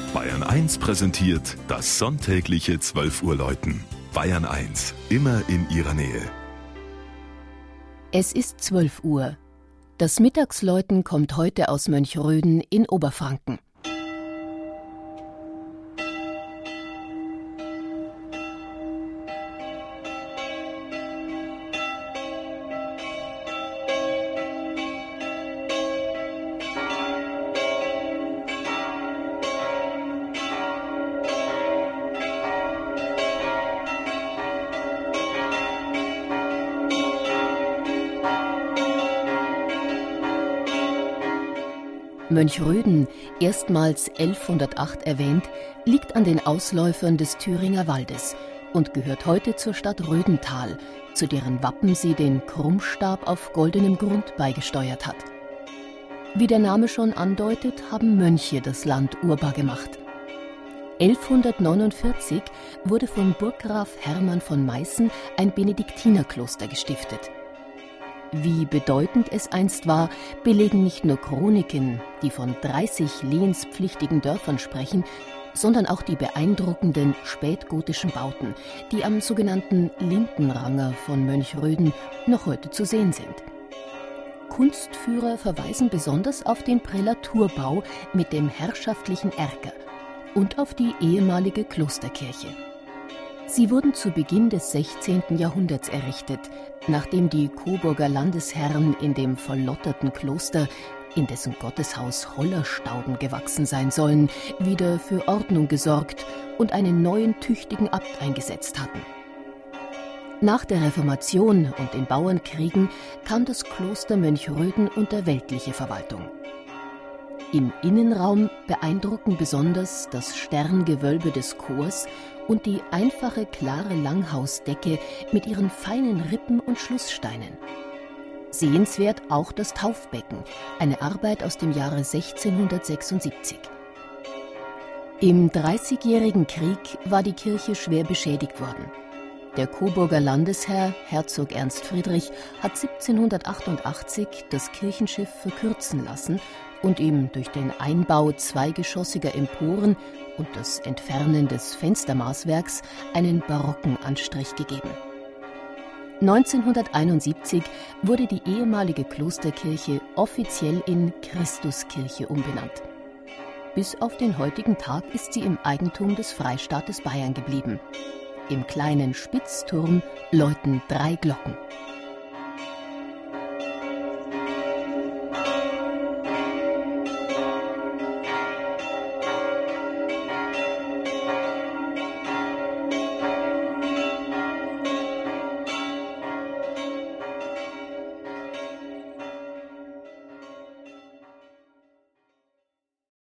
Bayern 1 präsentiert das sonntägliche 12 Uhr Läuten. Bayern 1, immer in Ihrer Nähe. Es ist 12 Uhr. Das Mittagsläuten kommt heute aus Mönchröden in Oberfranken. Mönchröden, erstmals 1108 erwähnt, liegt an den Ausläufern des Thüringer Waldes und gehört heute zur Stadt Rödental, zu deren Wappen sie den Krummstab auf goldenem Grund beigesteuert hat. Wie der Name schon andeutet, haben Mönche das Land urbar gemacht. 1149 wurde von Burggraf Hermann von Meißen ein Benediktinerkloster gestiftet. Wie bedeutend es einst war, belegen nicht nur Chroniken, die von 30 lehenspflichtigen Dörfern sprechen, sondern auch die beeindruckenden spätgotischen Bauten, die am sogenannten Lindenranger von Mönchröden noch heute zu sehen sind. Kunstführer verweisen besonders auf den Prälaturbau mit dem herrschaftlichen Erker und auf die ehemalige Klosterkirche. Sie wurden zu Beginn des 16. Jahrhunderts errichtet, nachdem die Coburger Landesherren in dem verlotterten Kloster, in dessen Gotteshaus Hollerstauden gewachsen sein sollen, wieder für Ordnung gesorgt und einen neuen tüchtigen Abt eingesetzt hatten. Nach der Reformation und den Bauernkriegen kam das Kloster Mönchröden unter weltliche Verwaltung. Im Innenraum beeindrucken besonders das Sterngewölbe des Chors und die einfache, klare Langhausdecke mit ihren feinen Rippen und Schlusssteinen. Sehenswert auch das Taufbecken, eine Arbeit aus dem Jahre 1676. Im Dreißigjährigen Krieg war die Kirche schwer beschädigt worden. Der Coburger Landesherr, Herzog Ernst Friedrich, hat 1788 das Kirchenschiff verkürzen lassen und ihm durch den Einbau zweigeschossiger Emporen und das Entfernen des Fenstermaßwerks einen barocken Anstrich gegeben. 1971 wurde die ehemalige Klosterkirche offiziell in Christuskirche umbenannt. Bis auf den heutigen Tag ist sie im Eigentum des Freistaates Bayern geblieben. Im kleinen Spitzturm läuten 3 Glocken.